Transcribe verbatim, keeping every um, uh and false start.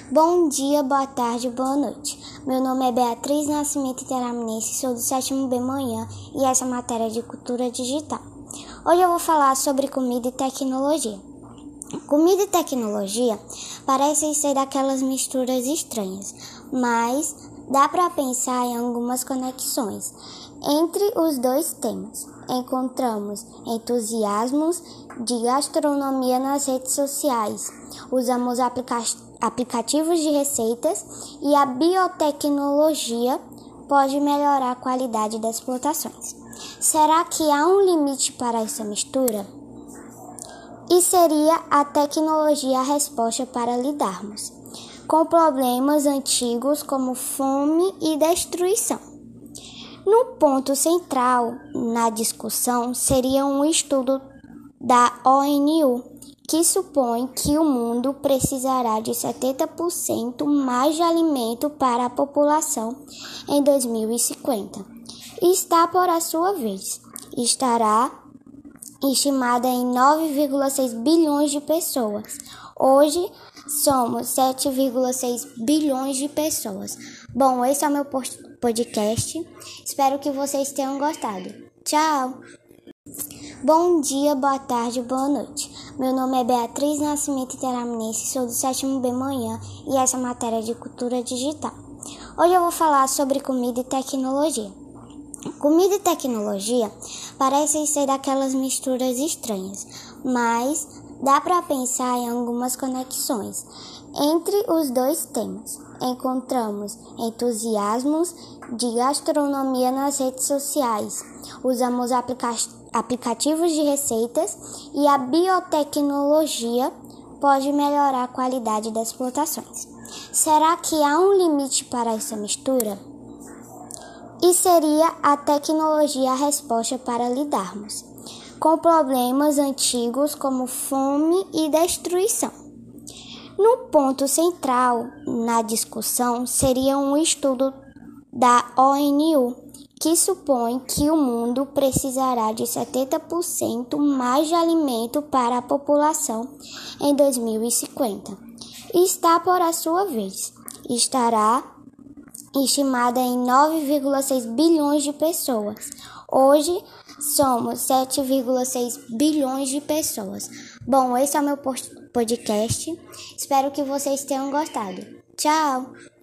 Bom dia, boa tarde, boa noite. Meu nome é Beatriz Nascimento Interaminense, sou do sétimo B Manhã e essa matéria é de cultura digital. Hoje eu vou falar sobre comida e tecnologia. Comida e tecnologia parecem ser daquelas misturas estranhas, mas dá para pensar em algumas conexões entre os dois temas. Encontramos entusiasmos de gastronomia nas redes sociais, usamos aplica- aplicativos de receitas e a biotecnologia pode melhorar a qualidade das plantações. Será que há um limite para essa mistura? E seria a tecnologia a resposta para lidarmos com problemas antigos como fome e destruição? No ponto central na discussão seria um estudo da O N U, que supõe que o mundo precisará de setenta por cento mais de alimento para a população em dois mil e cinquenta. E está por a sua vez, estará estimada em nove vírgula seis bilhões de pessoas. Hoje somos sete vírgula seis bilhões de pessoas. Bom, esse é o meu podcast. Espero que vocês tenham gostado. Tchau! Bom dia, boa tarde, boa noite. Meu nome é Beatriz Nascimento Interaminense, sou do sétimo B Manhã e essa matéria é de cultura digital. Hoje eu vou falar sobre comida e tecnologia. Comida e tecnologia parecem ser daquelas misturas estranhas, mas dá para pensar em algumas conexões entre os dois temas. Encontramos entusiasmos de gastronomia nas redes sociais, usamos aplica- aplicativos de receitas e a biotecnologia pode melhorar a qualidade das plantações. Será que há um limite para essa mistura? E seria a tecnologia a resposta para lidarmos com problemas antigos como fome e destruição? No ponto central na discussão seria um estudo da O N U, que supõe que o mundo precisará de setenta por cento mais de alimento para a população em dois mil e cinquenta. E está por a sua vez, estará estimada em nove vírgula seis bilhões de pessoas. Hoje somos sete vírgula seis bilhões de pessoas. Bom, esse é o meu podcast. Espero que vocês tenham gostado. Tchau!